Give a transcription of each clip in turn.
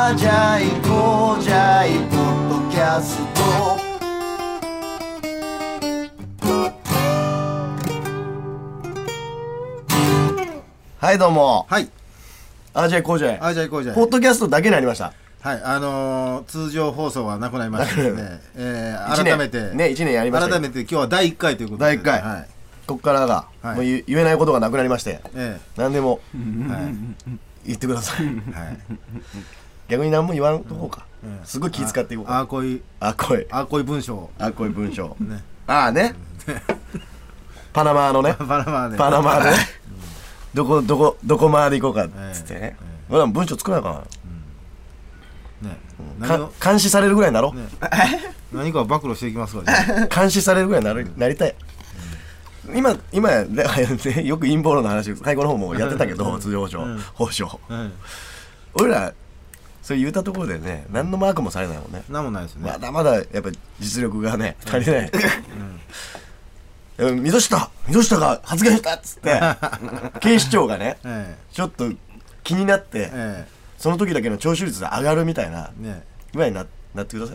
あじゃいこうじゃいポッドキャスト。はいどうも。 はい。 あじゃいこうじゃい。 あじゃいこうじゃい。 ポッドキャストだけになりました。 はい。通常放送はなくなりましてですね。改めてね1年やりました。 改めて今日は第1回ということで。 第1回。はい。ここからが、はい、もう言えないことがなくなりまして、何でも、はい、言ってください。はい。逆に何も言わんとこうか。すごい気遣っていこうか。 あこい文章。 あこい文章。ね。ああね。パナマのね。 パナマで。どこまで行こうかっつってね。俺らも文章作らなかな。ね。監視されるぐらいになろ。 何か暴露していきますから。 監視されるぐらいになりたい。今よく陰謀論の話最後の方もやってたけど通常報奨。俺らそれ言ったところでね何のマークもされないもんね。 何もないですね。 まだまだやっぱ実力がね足りない。溝下が発言したっつって警視庁がねちょっと気になってその時だけの聴取率が上がるみたいなぐらいになってください。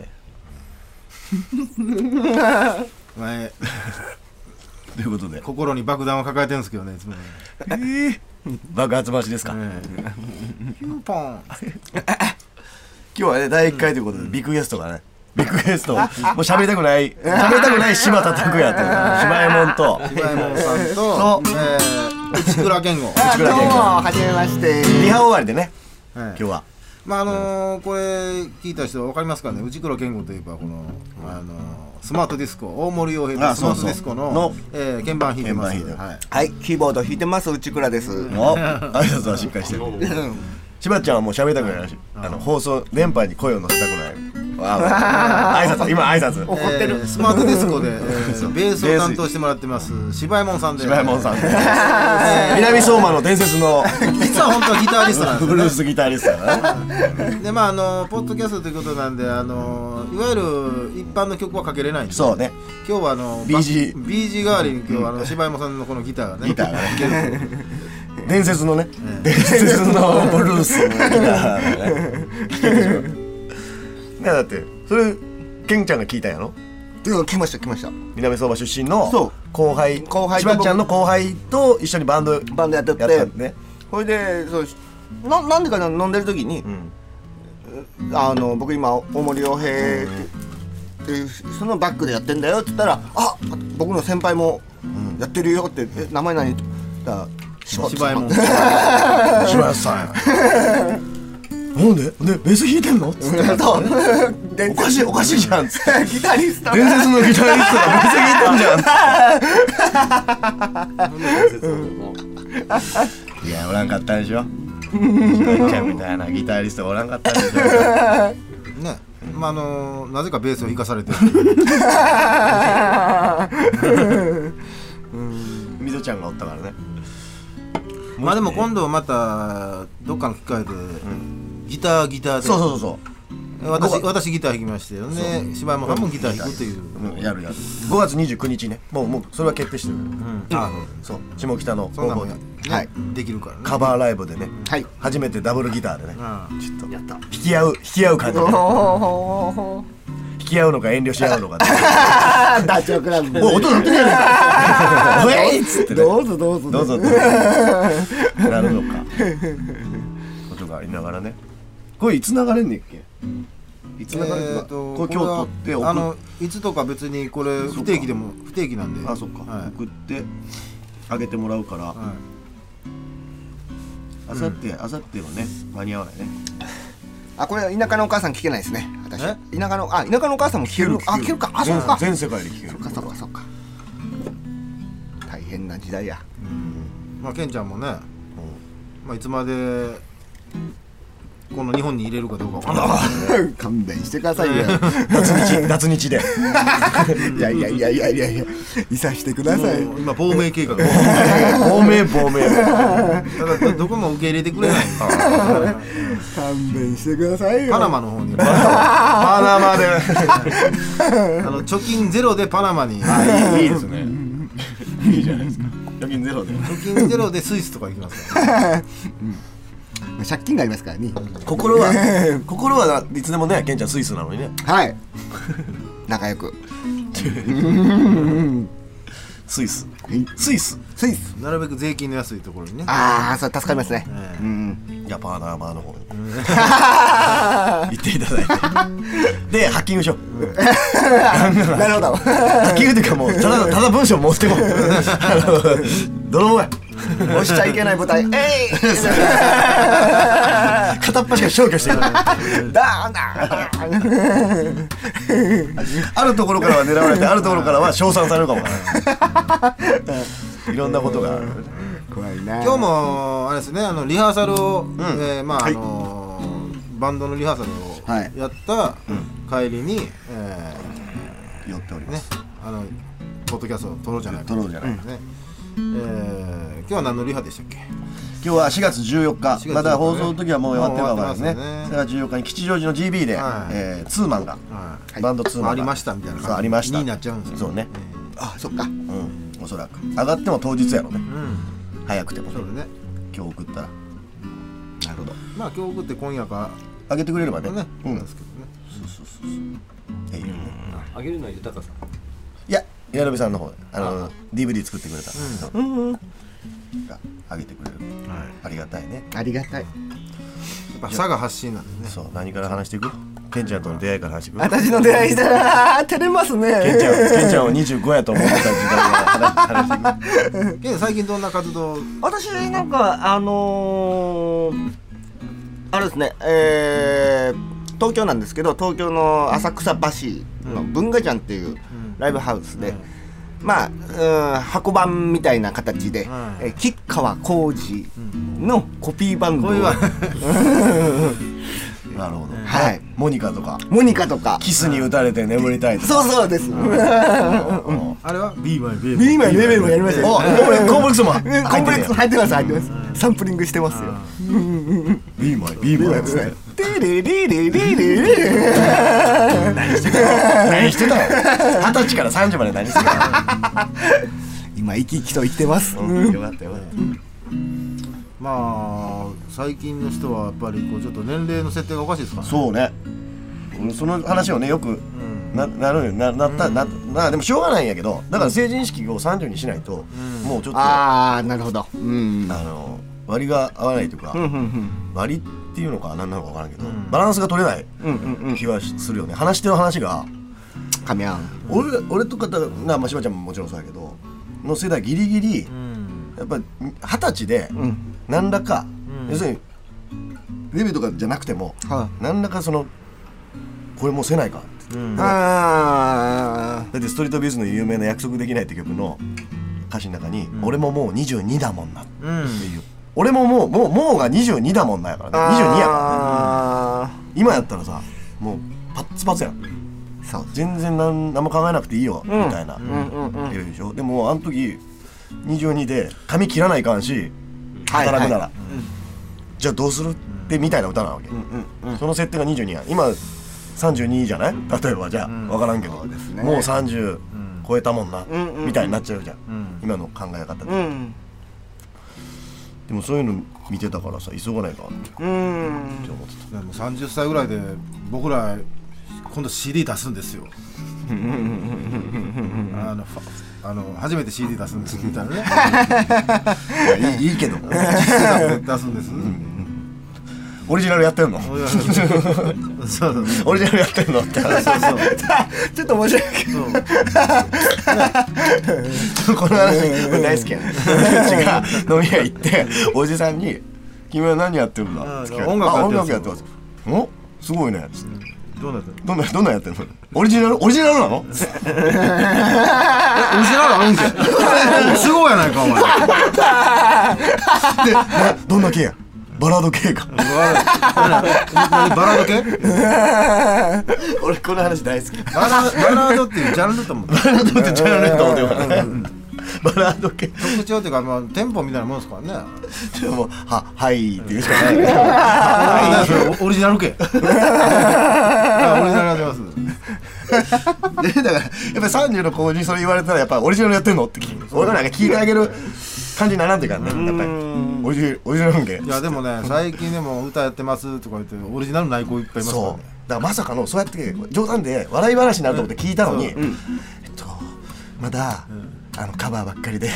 前ということで心に爆弾を抱えてるんですけどねいつも爆発橋ですか。 ポン今日はね第1回ということでビッグゲストがねもう喋りたくない柴田拓也と柴右衛門とさんと内倉健吾。 どうもはじめまして。 リハ終わりでね今日はまあこれ聞いた人分かりますかね。内倉健吾といえばこのスマートディスコ大森洋平とスマートディスコの鍵盤弾いてます。 はい、キーボード弾いてます内倉です。 挨拶はしっかりしてる。柴ちゃんはもう喋りたくないし放送電波に声を乗せたくない。挨拶怒ってる。スマートディスコでベースを担当してもらってます柴右衛門さんで。 南相馬の伝説の実は本当はギタリストなんです。 ブルースギタリストだな。 でポッドキャストということなんでいわゆる一般の曲はかけれないんで。 そうね。 今日はBG 代わりに今日は柴右衛門さんのこのギターがね。 伝説のねブルースのギター。だってそれケンちゃんが聞いたんやろ。 来ました南相馬出身の後輩柴ちゃんの後輩と一緒にバンドやっててね。 それでなんでかな飲んでる時に僕今大森洋平ってそのバックでやってんだよって言ったら僕の先輩もやってるよって名前何だ柴右衛門さん。なんでベース弾いてんの？つっておかしいじゃんつってギタリスト伝説のギタリストがベース弾いてんじゃん。いやおらんかったでしょ。柴ちゃんみたいなギタリストがおらんかったでしょ。 ね。なぜかベースを弾かされてる。 みぞちゃんがおったからね。 まあでも今度またどっかの機会でギターでそう私ギター弾きましてよね。柴右衛門さんもギター弾くというやる5月29日ねもうそれは決定してる。そう下北の工房でできるからねカバーライブでね初めてダブルギターでねちょっとやった弾き合う感じで弾き合うのか遠慮し合うのかダチョウ倶楽部音鳴ってねえのかウェイっつってねどうぞってなるのかことがありながらね。これいつ流れんねんっけ。いつ流れんのかこれ今日撮っていつとか別にこれ不定期なんでそっか送ってあげてもらうからあさってはね間に合わないね。 これ田舎のお母さん聞けないですね私。田舎のお母さんも聞ける。聞けるか。そうか全世界で聞ける。 そうか大変な時代や。 ケンちゃんもねいつまでこの日本に入れるかどうかわかんない。 勘弁してくださいよ。 脱日で。 いやいさしてください。 今亡命計画。亡命。 ただどこも受け入れてくれない。 勘弁してくださいよ。 パナマの方に。 パナマで。 貯金ゼロでパナマに。 いいですね。いいじゃないですか。貯金ゼロでスイスとか行きますから。 借金がありますからね。 心はいつでもね、ケンちゃんスイスなのにね。 はい仲良くスイスなるべく税金の安いところにね。 ああ、それ助かりますね。 じゃあパーナーバーの方に行っていただいてでハッキングしよう。 なるほど。 ハッキングっていうかもうただ文章持ってこい。泥棒や。 押しちゃいけない舞台。 片っ端から消去していく。 ダーンダーン。 あるところからは狙われて、あるところからは称賛されるかもわからない。いろんなことがある。 怖いな。 今日もあれですね、リハーサルを、まあバンドのリハーサルをやった帰りに、 寄っております。 ポッドキャストを撮ろうじゃないか。 撮ろうじゃないかね。今日は何のリハでしたっけ？ 今日は4月14日、 4月14日ね、 まだ放送の時はもう終わってるかもわからないですもう終わね。 ってますね 4月14日に吉祥寺の GB で、ツーマンが、バンドツーマンがありましたみたいなそうありましたになっちゃうんですよ。 そうね、 あ、そっか。 おそらく上がっても当日やろね、早くてもそうだね。 今日送ったら。なるほど。 まあ今日送って今夜か上げてくれればね。 ね、なんですけどね。 いいよね。 あげるのは豊さん。 いや、矢野部さんの方でDVD 作ってくれたが上げてくれる。ありがたいね。 ありがたい。 やっぱ佐賀発信なんでね。 そう、何から話していく？ケンちゃんとの出会いから話していく？ 私の出会いしたら照れますね。 ケンちゃんを25やと思ってた時代から話していく。 ケン最近どんな活動？ 私なんかあれですね、東京なんですけど、東京の浅草橋の文化ジャンっていうライブハウスで、まあ箱版みたいな形で、吉川晃司のコピーバンドを、 なるほど。 はい、 モニカとかモニカとか、 キスに打たれて眠りたいとか。 そうです。 あれは Be My Baby。 Be My Baby もやりましたよ。 コンプレックスもコンプレックス入ってます。サンプリングしてますよ。 Be My Baby ですね。 テレレレレレ何してたの？20歳から30まで何してたの？ 今生き生きと生きてます。 よかったよかった。 まあ最近の人はやっぱりこうちょっと年齢の設定がおかしいですからね。 そうね。その話をねよくなるよなったなでもしょうがないんやけど、だから成人式を30にしないともうちょっとああ、なるほど。 割が合わないというか、割っていうのか何なのか分からんけど、バランスが取れない気はするよね。話してる話が噛み合う。 俺とかまあしばちゃんももちろんそうだけどの世代ギリギリやっぱり20歳で何らか、要するにデビューとかじゃなくても何らかそのこれもうせないか、だってストリートビーズの有名な約束できないって曲の歌詞の中に、俺ももう22だもんなっていう、俺ももうが22だもんなやからね。22やからね。今やったらさもうパッツパツやん。全然何も考えなくていいよみたいなレベルでしょ。でもあの時22で髪切らないかんし働くなら、じゃあどうするってみたいな歌なわけ。その設定が22やん。今32じゃない？例えばじゃあ分からんけど、もう30超えたもんなみたいになっちゃうじゃん、今の考え方で。でもそういうの見てたからさ、急がないかって思ってた。 でも30歳ぐらいで僕ら今度 CD 出すんですよ。初めて CD 出すんですみたいなね。 いいけど出すんです。 オリジナルやってんの？ そうオリジナルやってんのって話。 ちょっと面白いけど、 この話大好きやね。うちが飲み屋行っておじさんに「君は何やってるんだ？」 音楽やってます。お、すごいね。 どんなやってるの？オリジナルなの？ オリジナルあるんけ。すごいやないかお前。 で、どんな系や？バラード系か。 バラード系？ 俺この話大好き。 バラードっていうジャンルと思う。 バラードってジャンルと思ってよ。バラード系。 特徴っていうか、まあテンポみたいなもんですからね。 でもはいっていうしかない。 オリジナル系。オリジナルやってます。 でだからやっぱり30の子にそれ言われたらやっぱオリジナルやってんのって聞く。俺なんか聞いてあげる感じにならんといかんね、やっぱりオリジナル音源。 いやでもね最近でも歌やってますとか言ってオリジナルない子いっぱいいますからね。 だからまさかのそうやって冗談で笑い話になると思って聞いたのに、まだカバーばっかりで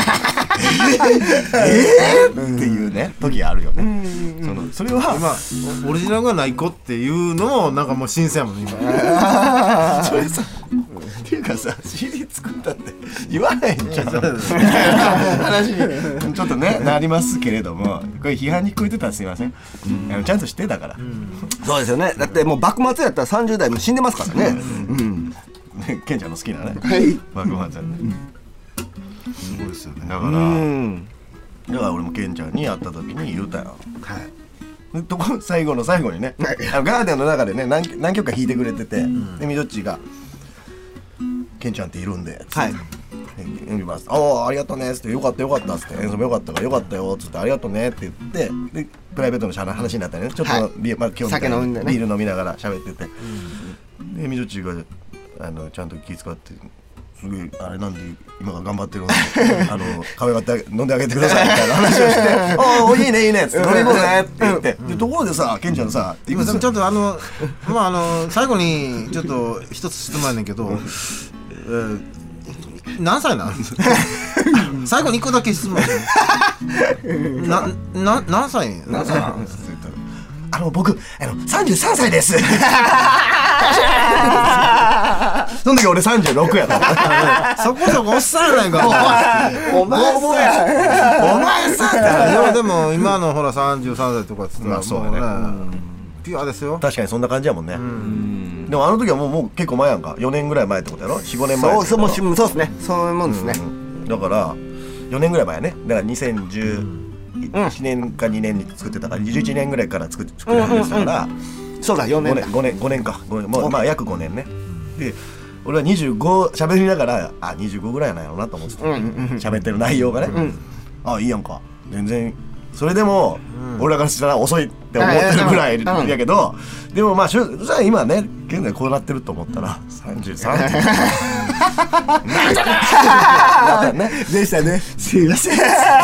っていうね時があるよね。それは今オリジナルがない子っていうのもなんかもう新鮮やもんね今。 それさっていうかさ CD 作ったって言わないんじゃん話にちょっとねなりますけれども、これ批判に聞こえてたらすいません、ちゃんと知ってたから。 そうですよね。だってもう幕末やったら30代も死んでますからね。 ケンちゃんの好きなね幕末やね。 すごいですよね。 だから俺もケンちゃんに会った時に言うたよ。最後の最後にね、ガーデンの中でね何曲か弾いてくれてて、でみどっちが「ケンちゃんっているんで」っつって「呼びます」「ああありがとうね」っつって「よかったよかった」っつって「演奏もよかったからよかったよ」っつって「ありがとうね」って言ってでプライベートの話になったりね、ちょっと今日みたいにビール飲みながら喋ってて、でみどっちがちゃんと気遣ってすごいあれなんで今が頑張ってるので可愛がって飲んであげてくださいみたいな話をして「ああいいねいいね」っつって「飲み物ね」って言ってでところでさケンちゃんさ今ちょっと最後にちょっと一つ質問やねんけど、何歳なん最後に1個だけ質問何歳僕33歳ですその時俺36やったそこそこおっさんやないかお前さでも今のほら33歳とかっつったらそうだねピュアですよ。 確かにそんな感じやもんね。でもあの時はもう結構前やんか、4年ぐらい前ってことやろ、4、5年前。 そうですね、そういうもんですね。 だから4年ぐらい前やね。だから2011年か2年に作ってたから11年ぐらいから作り始めてたから、 そうだ4年だ 5年か、まあ約5年ね。で俺は25喋りながら25ぐらいなんやろうなと思ってた。喋ってる内容がね、いいやんか全然。それでも、俺らからしたら遅いって思ってるぐらいやけど、でもまあ今ね現在こうなってると思ったら33ってなんじゃねでしたね。すいません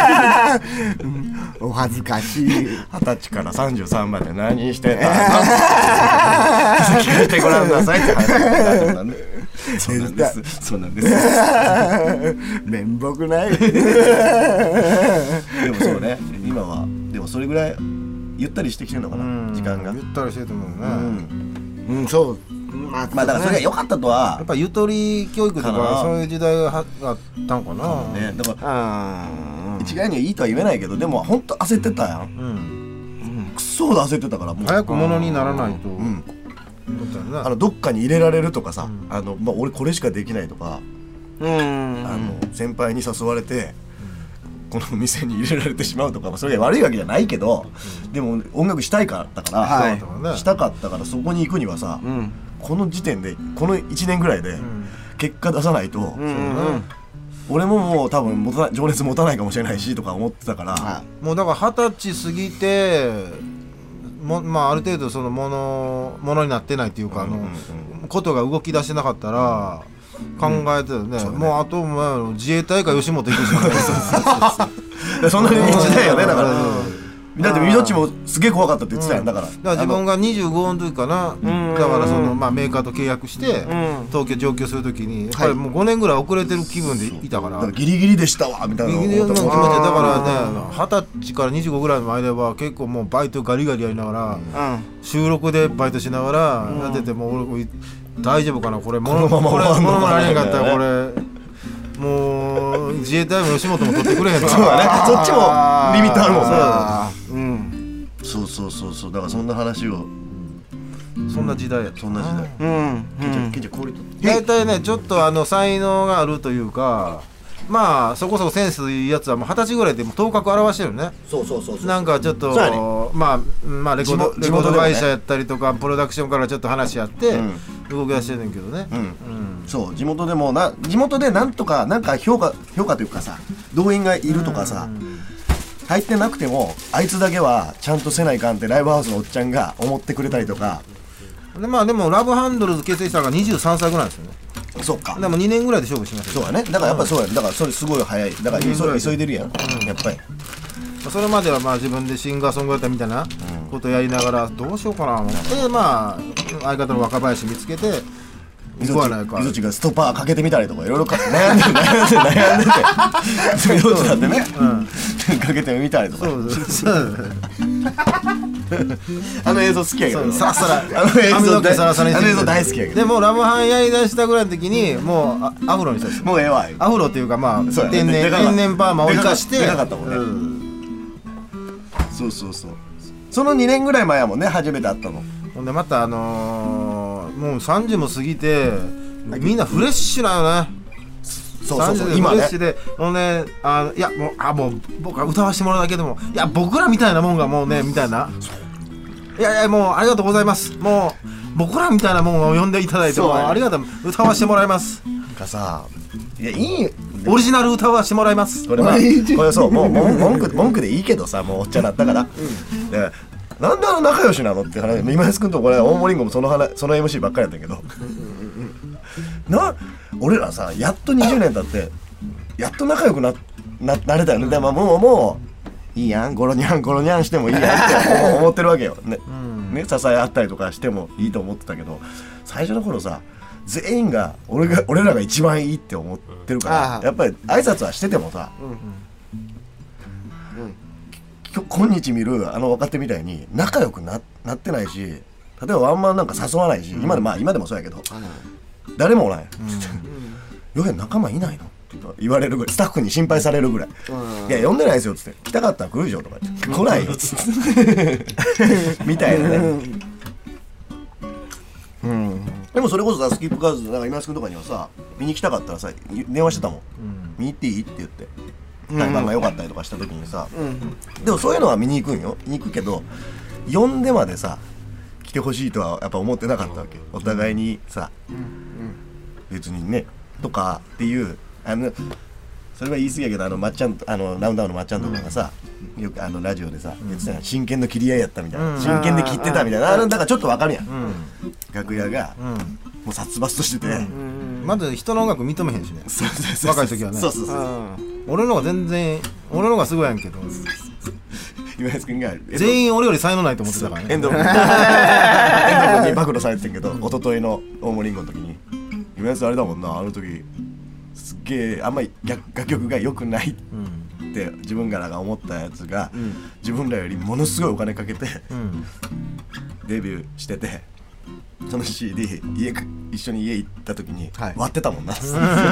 お恥ずかしい。 20歳から33まで何してたの聞かせてごらんなさいって話なんだね。そうなんです面目ないでもそうね、今はでもそれぐらいゆったりしてきてるのかな、時間がゆったりしてると思うね。 そうまあだからそれが良かったとはやっぱゆとり教育とかそういう時代があったんかな。 ね、だから一概にはいいとは言えないけど、でも本当焦ってたやん。くっそほど焦ってたから、もう早くものにならないと。 どっかに入れられるとかさ、俺これしかできないとか、先輩に誘われてこの店に入れられてしまうとか、それが悪いわけじゃないけど、でも音楽したいからだから、したかったから、そこに行くにはさ、この時点でこの1年ぐらいで結果出さないと、俺ももう多分情熱持たないかもしれないしとか思ってたから、 もうだから20歳過ぎてある程度そのものになってないっていうか、ことが動き出してなかったら考えてるね、もうあと自衛隊か吉本行くしかないそんなに時代よね。だからだってみどっちもすげえ怖かったって言ってたやん。だから自分が25の時かな、だからそのメーカーと契約して東京上京する時にやっぱりもう5年ぐらい遅れてる気分でいたから、 ギリギリでしたわみたいなギリギリの気持ちで、だからね20歳から25ぐらいの間は結構もうバイトガリガリやりながら、収録でバイトしながらやってて、もう俺大丈夫かなこれ、物もなれへんかったらこれもう自衛隊も吉本も取ってくれへんから。 そうだね、そっちもリミットあるもんね。そうだからそんな話を、 そんな時代や、 そんな時代。ケンちゃんこれ大体ねちょっと才能があるというか、まあそこそこセンスいいやつはもう20歳ぐらいでも頭角現してるね。 そうなんかちょっとまあレコード会社やったりとかプロダクションからちょっと話し合って動き出してるんだけどね。 そう地元でも地元でなんとかなんか評価というかさ、動員がいるとかさ、入ってなくてもあいつだけはちゃんとせないかんってライブハウスのおっちゃんが思ってくれたりとか。 でもラブハンドルズ結成したのが23歳ぐらいですよね。 そっか。 でも2年ぐらいで勝負しました。 そうだね。だからやっぱそうや。だからそれすごい早い。だから急いでるやん。やっぱり。 それまではまあ自分でシンガーソングライターみたいなことやりながらどうしようかなと思ってまあ相方の若林見つけて溝地がストッパーかけてみたりとかいろいろ悩んでて溝地だってねかけてみたりとかあの映像好きやけどサラサラあの映像サラサラにあの映像大好きやけどでもラブハンやりだしたぐらいの時にもうアフロにしたんですよ。 もうええわアフロっていうかまあ天然パーマを生かしてでかかったもんね。そうその2年ぐらい前やもんね初めて会ったの。 ほんでまたもう30も過ぎてみんなフレッシュなよね。 そう今ねフレッシュでほんでいやもう僕は歌わせてもらうだけでもいや僕らみたいなもんがもうねみたいないやもうありがとうございます。もう僕らみたいなもんを呼んでいただいてもありがとう歌わせてもらいます。 なんかさいやいいオリジナル歌わせてもらいます。 これそうもう文句でいいけどさもうおっちゃんなったからでなんで仲良しなのって話今安くんとこれ大森んごもその MC ばっかりやったけど俺らさやっと20年経ってやっと仲良くなれたよね。でもういいやんゴロニャンしてもいいやんって思ってるわけよね。支え合ったりとかしてもいいと思ってたけど最初の頃さ全員が俺らが一番いいって思ってるからやっぱり挨拶はしててもさ今日見る若手みたいに仲良くなってないし例えばワンマンなんか誘わないし今でもそうやけど誰もおらんやんよけ仲間いないのって言われるぐらいスタッフに心配されるぐらいいや呼んでないですよっつって来たかったら来るでしょとか言って来ないよっつってみたいなね。でもそれこそさスキップカーズなんか今安くんとかにはさ見に来たかったらさ電話してたもん見に行っていいって言って対バンが良かったりとかした時にさでもそういうのは見に行くけど呼んでまでさ来てほしいとはやっぱ思ってなかったわけ。お互いにさ別にねとかっていうそれは言い過ぎやけどまっちゃんラウンダウンのまっちゃんとかがさよくラジオでさ言ってたやん真剣の切り合いやったみたいな真剣で切ってたみたいなだからちょっとわかるやん楽屋がもう殺伐としててまず人の音楽認めへんしね若い時はねそう俺のがすごいやんけど今安くんが全員俺より才能ないと思ってたからね遠藤君に暴露されてんけど一昨日の大森りんごの時に今安あれだもんな時すっげえあんまり楽曲が良くないって自分らが思ったやつが自分らよりものすごいお金かけてデビューしててその CD 一緒に家行った時に割ってたもんな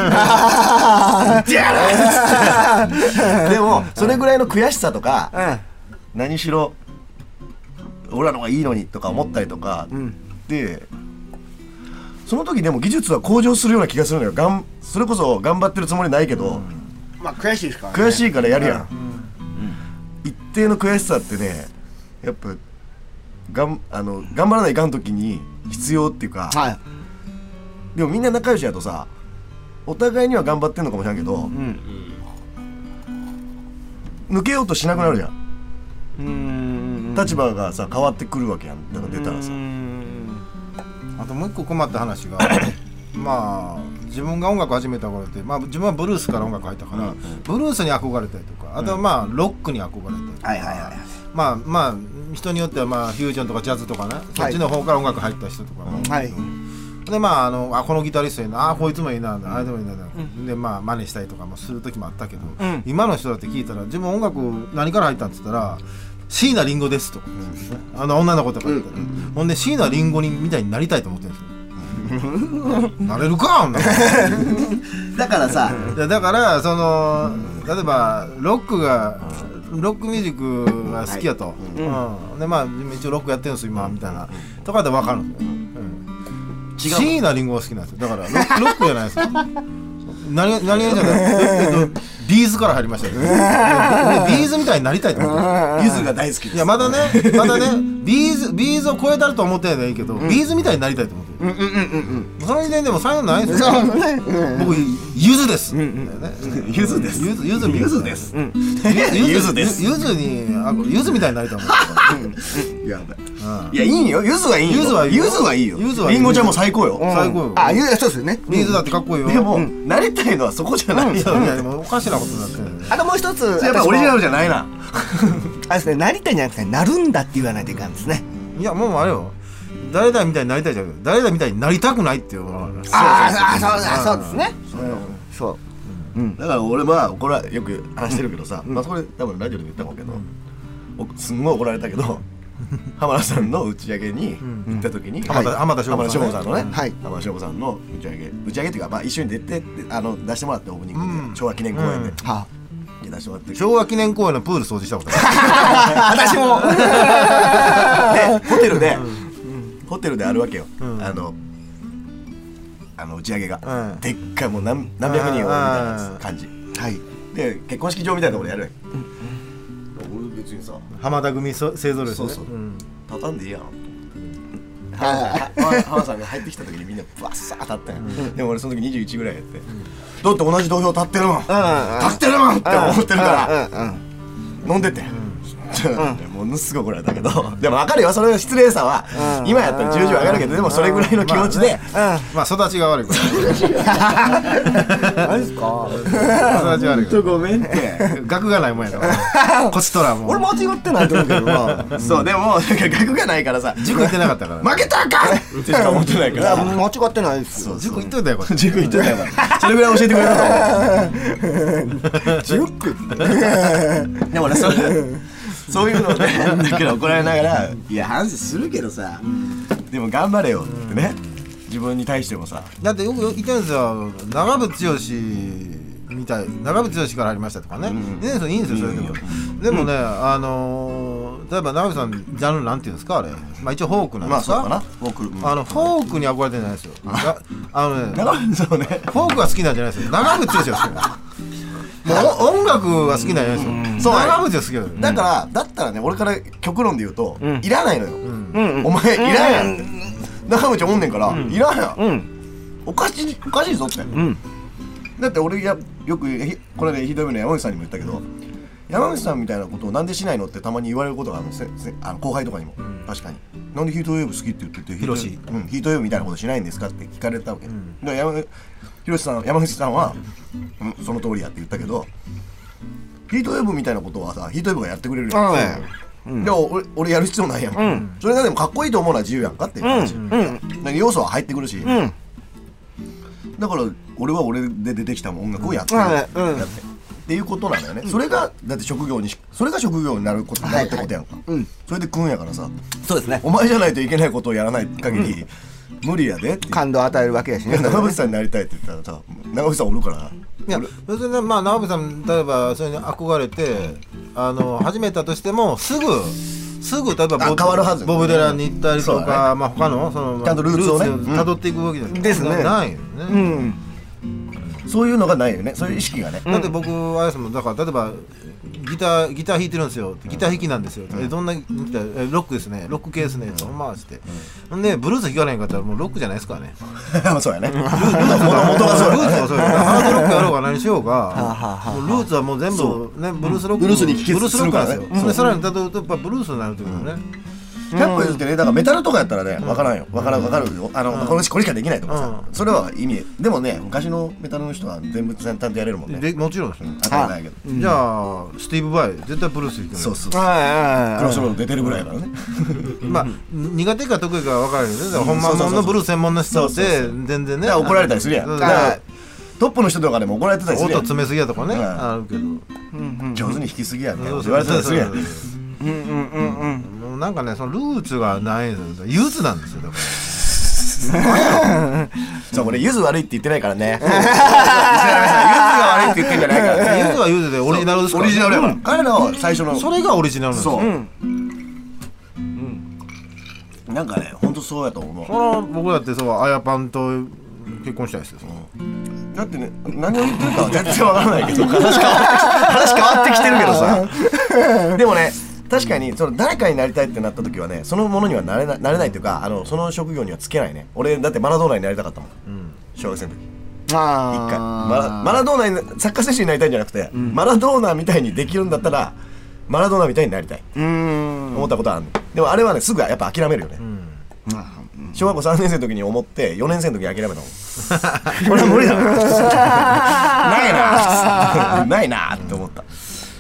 でもそれぐらいの悔しさとか何しろ俺らの方がいいのにとか思ったりとかでその時でも技術は向上するような気がするのよ。それこそ頑張ってるつもりないけどまあ悔しいですからね。 悔しいからやるやん一定の悔しさってねやっぱ頑張らないかん時に必要っていうかでもみんな仲良しやとさお互いには頑張ってんのかもしれんけど抜けようとしなくなるじゃん立場がさ変わってくるわけやんだから出たらさあともう一個困った話がまあ自分が音楽始めた頃って自分はブルースから音楽入ったからブルースに憧れたりとかあとはロックに憧れたりとかまあ人によってはフュージョンとかジャズとかねそっちの方から音楽入った人とかもでこのギタリストいいなこいつもいいなあれでもいいなで真似したりとかもする時もあったけど今の人だって聞いたら自分音楽何から入ったんっつったら椎名林檎ですと女の子とか言ったらほんで椎名林檎みたいになりたいと思ってるんですよなれるかだからさだから例えばロックミュージックが好きやとで一応ロックやってるんです今みたいなとかで分かるんですよ椎名林檎が好きなんですよだからロックじゃないですよ何じゃないビーズから入りましたよビーズみたいになりたいと思ってゆずが大好きです。 いやまだねビーズを超えたると思ってないのはいいけどビーズみたいになりたいと思ってその時点でも才能ないですよ僕ゆずですゆずですゆずにゆずみたいになりたいと思ってやだいやいいよ、ゆずはいいよ、ゆずはいいよ、りんごちゃんも最高よ、 最高よ。 あ、そうですよね。 ゆずだってかっこいいよ。 でもなりたいのはそこじゃない。 いやでもおかしなことになってる。 あともう一つ、 やっぱオリジナルじゃないな。 あれですね、なりたいんじゃなくてなるんだって言わないといかんですね。 いやもうあれよ、誰々みたいになりたいじゃなくて誰々みたいになりたくないっていうのがある。 そうですね。そう。 だから俺はこれはよく話してるけどさ、まあそれ多分ラジオでも言ったかもけど、すんごい怒られたけど、浜田さんの打ち上げに行った時に、 浜田省吾さんのね、浜田省吾さんの打ち上げっていうか、まあ一緒に出て出してもらって、オープニングで昭和記念公園で出してもらって、 昭和記念公園のプール掃除したこと私もでホテルであるわけよ、打ち上げがでっかい、もう何百人をみたいな感じで、結婚式場みたいなところでやるやん。俺別にさ、 浜田組勢ぞろいですね。 畳んでいいやん。浜田さんが入ってきた時にみんなバッサー立ったやん。でも俺その時21ぐらいやって、だって同じ土俵立ってるもんって思ってるから飲んでて、ものすごい怒られたけど、でも分かるよ、それの失礼さは今やったら重々分かるけど、でもそれぐらいの気持ちで、 まあ育ちが悪いから何ですか、 育ち悪いからごめんって、 学がないもんやからこちとらもう俺間違ってないと思うけどな。 そう、でも学がないからさ、 塾行ってなかったから負けたらあかんってしか思ってないから、 間違ってないですよ。 塾行っといたよこれ。 塾行ってたよ、それぐらい教えてくれたと思う。塾でもね、そういうのでだけど怒られながら、いや反省するけどさ、でも頑張れよってね、自分に対してもさ。だってよく言ってるんですよ、長渕剛みたい、長渕剛からありましたとかね、いいんですよそれでも。でもね、例えば長渕さんジャンルなんていうんですか、あれ、まあ一応フォークなんですか。フォークに憧れてないですよ。 長渕さんはね、 フォークが好きなんじゃないですよ、長渕剛が好きなんです。もう音楽が好きなんじゃないですよ。長渕が好きだからだったらね、俺から極論で言うと、いらないのよ。お前いらんやん、長渕おんねんからいらんやん、おかしいぞって。だって俺よくこれでひどい目の山口さんにも言ったけど、山口さんみたいなことをなんでしないのってたまに言われることがあるんですね、後輩とかにも。確かになんでヒートウェーブ好きって言ってて、ヒートウェーブみたいなことしないんですかって聞かれたわけ。山口さんはその通りやって言ったけど、ヒートウェーブみたいなことはさ、ヒートウェーブがやってくれるやん。でも俺やる必要ないやん。それがでもかっこいいと思うのは自由やんかっていう話。要素は入ってくるし、だから俺は俺で出てきた音楽をやってるっていうことなんだよね。それがだって職業になることってことやんか。それで食うんやからさ、 そうですね、 お前じゃないといけないことをやらない限り無理やでって。感動を与えるわけやしね。長渕さんになりたいって言ったらさ、長渕さんおるから。 いや別にまあ長渕さん例えばそれに憧れて始めたとしても、すぐ例えば変わるはず。 ボブデラに行ったりとか、まあ他のちゃんとルーツをね辿っていくわけじゃないよね。 そういうのがないよね、そういう意識がね。 だって僕あれですもん、だから例えばギター弾いてるんですよ、ギター弾きなんですよ、どんなギター、ロックですね、ロック系ですね、まあしてほんでブルース弾かないんかったらもうロックじゃないですからね。 そうやね、元がそうや、ルーツはそうや、ハードロックやろうが何しようがルーツはもう全部ね、ブルースロック、 ブルースに帰結するからね。 でさらにたどるとやっぱブルースになるということね。 100歩譲ってね、だからメタルとかやったらね、分からんよ、分かるよ、これしかできないとかさ、それは意味でもね、昔のメタルの人は全部ちゃんとやれるもんね。 もちろんですよ。 当たり前やけど、 じゃあスティーブ・バイ絶対ブルース弾くね。 そうクロスロード出てるぐらいやからね。 まあ苦手か得意かは分からないけど、本物のブルース専門の人って全然ね、 怒られたりするやん。トップの人とかでも怒られてたりするやん。 音詰めすぎやとかね、あるけど上手に弾きすぎやんって言われてたりするやん。 なんかね、そのルーツがないんですよ。ユズなんですよ、だからそう、俺ユズ悪いって言ってないからね。ユズが悪いって言ってんじゃないからね。 ユズはユズでオリジナルですから。 オリジナルやから。彼の最初のそれがオリジナルなんですよ。 なんかね、本当そうやと思う。 それは僕だってそう、あやパンと結婚したいですよ。 だってね、何を言ってるかは全然わからないけど、話変わってきてるけどさ。でもね、確かにその誰かになりたいってなった時はね、そのものにはなれないというか、その職業にはつけないね。俺だってマラドーナになりたかったもん、小学生の時。一回マラドーナにサッカー選手になりたいんじゃなくて、マラドーナみたいにできるんだったらマラドーナみたいになりたい思ったことあるの。でもあれはねすぐやっぱ諦めるよね。小学校3年生の時に思って4年生の時に諦めたもんこれは無理だなないなって思った。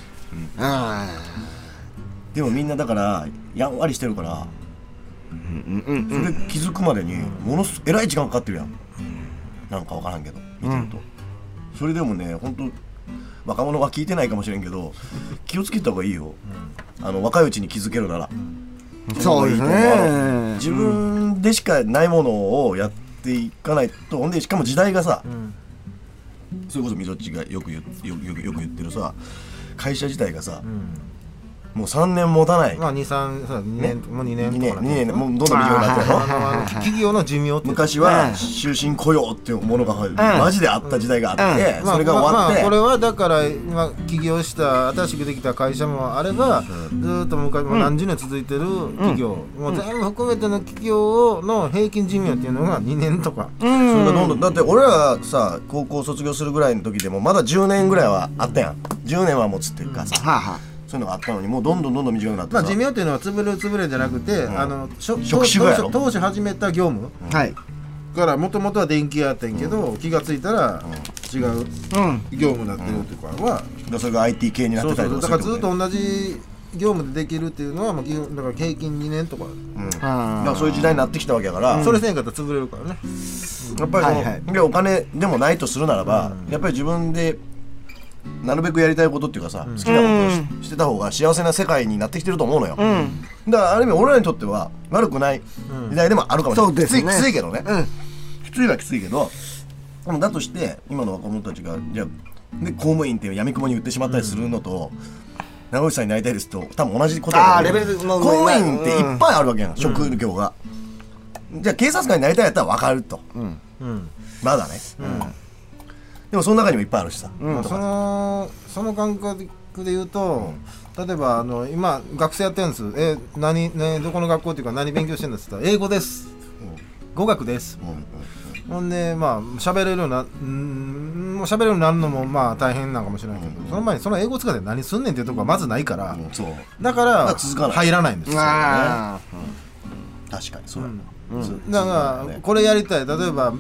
でもみんなだからやんわりしてるからそれ気づくまでにものすえらい時間かかってるやん。なんか分からんけど見てるとそれでもね本当若者は聞いてないかもしれんけど気をつけた方がいいよ。若いうちに気づけるなら。 そうですね。 自分でしかないものをやっていかないと。ほんでしかも時代がさ、それこそみぞっちがよく言ってるさ会社自体がさ、もう3年持たない。 まあ2年もう2年 2年もうどんどん短くなってるの。 企業の寿命って昔は終身雇用っていうものがマジであった時代があってそれが終わってこれはだから今起業した新しくできた会社もあればずっと昔もう何十年続いてる企業もう全部含めての企業の平均寿命っていうのが2年とか。 それがどんどんだって俺らさ高校卒業するぐらいの時でもまだ10年ぐらいはあったやん。10年は持つっていうかさそういうのがあったのにもうどんどん短くなってさ。 寿命っていうのは潰れじゃなくて職種がやろ当初始めた業務からもともとは電気屋やったんやけど気がついたら違う業務になってるっていうかはそれが IT 系になってたりとかだからずっと同じ業務でできるっていうのはもうだから平均2年とかだからそういう時代になってきたわけやからそれせんかったら潰れるからね。 やっぱりでお金でもないとするならばやっぱり自分でなるべくやりたいことっていうかさ好きなことをしてた方が幸せな世界になってきてると思うのよ。だからある意味俺らにとっては悪くない時代でもあるかもしれない。きついけどねきついはきついけどでもだとして今の若者たちがじゃあで公務員っていう闇雲に売ってしまったりするのと長渕さんになりたいですと多分同じことだと思う。公務員っていっぱいあるわけやん職業が。じゃあ警察官になりたいやったら分かるとまだねでもその中にもいっぱいあるしさ、 その感覚で言うと、例えば今学生やってるんです。どこの学校っていうか何勉強してるんですって言ったら英語です、語学です、ほんでまあ喋れるようなもう喋れるようになるのもまあ大変なんかもしれないけど、その前にその英語使って何すんねんっていうところがまずないから、だから入らないんですよね。 確かにそうだからこれやりたい、例えば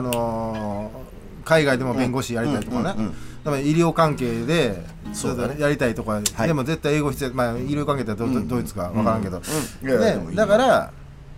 海外でも弁護士やりたいとかね、医療関係でやりたいとか、でも絶対英語必要、まあ医療関係ってドイツか分からんけど、だから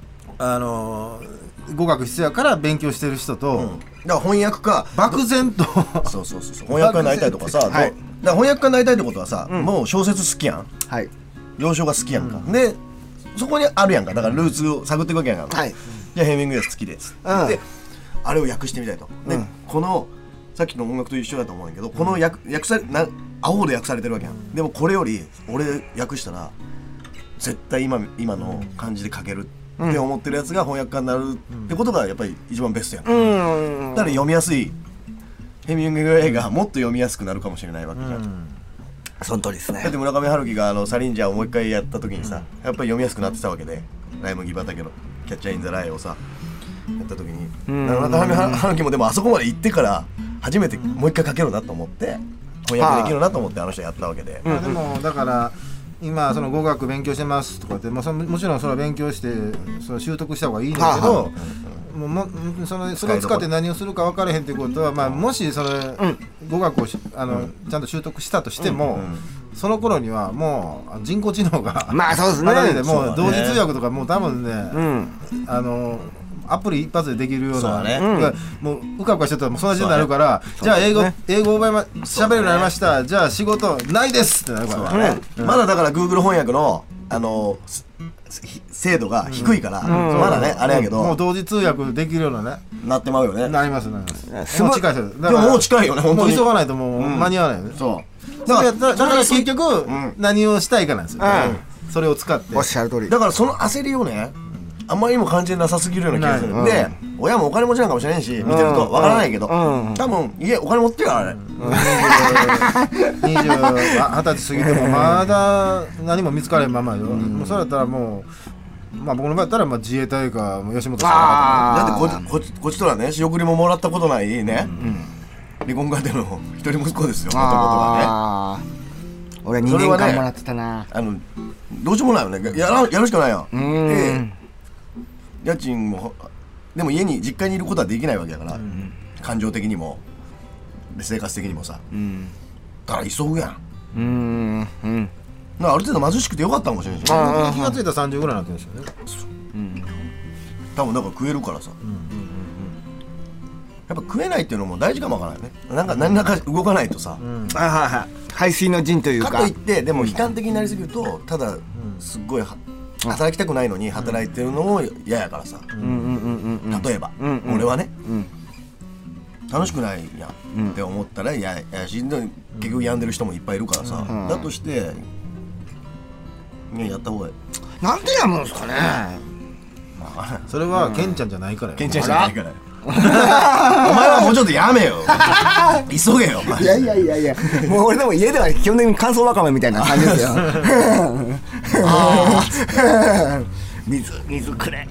語学必要やから勉強してる人と、 だから翻訳家漠然とそう翻訳家になりたいとかさ、だから翻訳家になりたいってことはさ、もう小説好きやん、洋書が好きやんか、でそこにあるやんか、だからルーツを探っていくわけやんか、じゃあヘミングウェイ好きですであれを訳してみたいと。でこのさっきの音楽と一緒だと思うんだけど、このアホで訳されてるわけやん。でもこれより俺訳したら絶対今の感じで書けるって思ってるやつが翻訳家になるってことがやっぱり一番ベストやん。だから読みやすいヘミングウェイがもっと読みやすくなるかもしれないわけじゃん。 その通りですね。 だって村上春樹がサリンジャーをもう一回やった時にさ、やっぱり読みやすくなってたわけで、ライ麦畑のキャッチャーインザライをさやった時に、村上春樹もでもあそこまで行ってから初めてもう一回書けるなと思って翻訳できるなと思ってあの人やったわけで、 でもだから今その語学勉強してますとかって、もちろんそれは勉強してそれ習得した方がいいんだけど、それを使って何をするか分からへんっていうことは、まあ、もしそれ語学をちゃんと習得したとしても、その頃にはもう人工知能がまあそうですね、 もう同時通訳とかもう多分ね、アプリ一発でできるような、もううかうかしてたらもうそんな時代になるから、じゃあ英語喋るようになりました、じゃあ仕事ないですってなるからね。 まだだから Google 翻訳の精度が低いから、まだねあれやけど、 もう同時通訳できるようなねなってまうよね。 なりますもう近いですよ。 でももう近いよね、本当に。 もう急がないともう間に合わないよね。だから結局何をしたいかなんですよ、それを使って。 おっしゃる通り。 だからその焦りをねあんまりにも感じなさすぎるような気がする。で親もお金持ちなんかもしれんし、見てるとわからないけど、多分家お金持ってるからね。 20歳過ぎてもまだ何も見つからへんままよ。もうそれだったらもう、まあ僕の場合だったら自衛隊か吉本さんだってこっちとらね仕送りももらったことないね、離婚家庭の一人息子ですよ、もともとはね。 俺2年間もらってたな。 どうしようもないよね。やるしかないやん。家賃もでも実家にいることはできないわけだから、感情的にも生活的にもさ、だから急ぐやん。ある程度貧しくてよかったかもしれないし、気がついたら30ぐらいになってるんですよね。 多分だから食えるからさ、やっぱ食えないっていうのも大事かもわからないね。何らか動かないとさ、 排水の陣というか。 かといってでも悲観的になりすぎると、ただすっごい働きたくないのに働いてるのも嫌やからさ。例えば俺はね、楽しくないやんって思ったら嫌やし、結局病んでる人もいっぱいいるからさ、だとしてやった方がいい。 なんでやむんすかね。 それはケンちゃんじゃないからよ。 ケンちゃんじゃないからよ。お前はもうちょっとやめよ。急げよ。 いやもう俺でも家では基本的に乾燥わかめみたいな感じですよ。水くれ。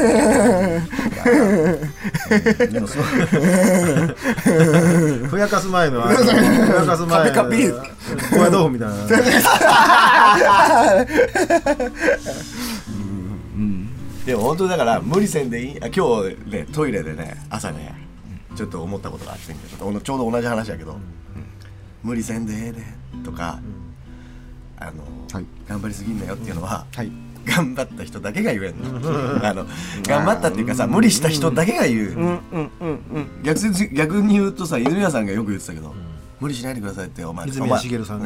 ふやかす前のカピカピ高野豆腐みたいな。 でも本当だから無理せんでいい。今日ねトイレでね朝ねちょっと思ったことがあってんけど、ちょうど同じ話やけど、無理せんでええでとか、頑張りすぎんなよっていうのは、頑張った人だけが言えんの。頑張ったっていうかさ、無理した人だけが言う。逆に言うとさ、泉谷さんがよく言ってたけど、無理しないでくださいってお前泉谷しげるさんが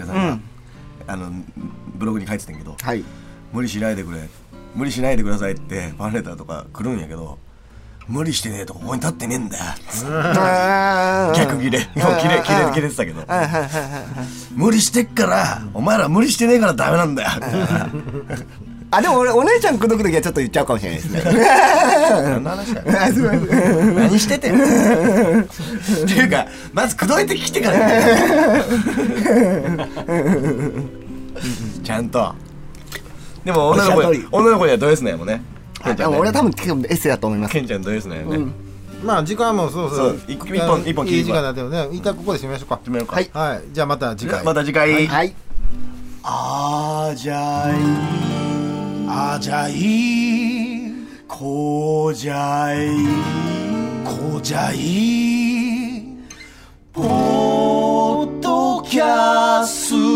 ブログに書いてたんけど、無理しないでくださいってファンレターとか来るんやけど、無理してねえとここに立ってねえんだよ。逆切れもう切れてたけど、無理してっからお前ら無理してねえからダメなんだよ。 でも俺お姉ちゃん口説く時はちょっと言っちゃうかもしれないですね。 何の話だよ。何しててんっていうか、まず口説いてきてからちゃんと。でも女の子にはド S なんやもんね。 俺は多分エッセイだと思います。 ケンちゃんド S なんやね。 まあ時間もそう一本いい時間だったよね。一旦ここで締めましょうか。はい。じゃあまた次回。 はい。あじゃいこじゃいポッドキャスト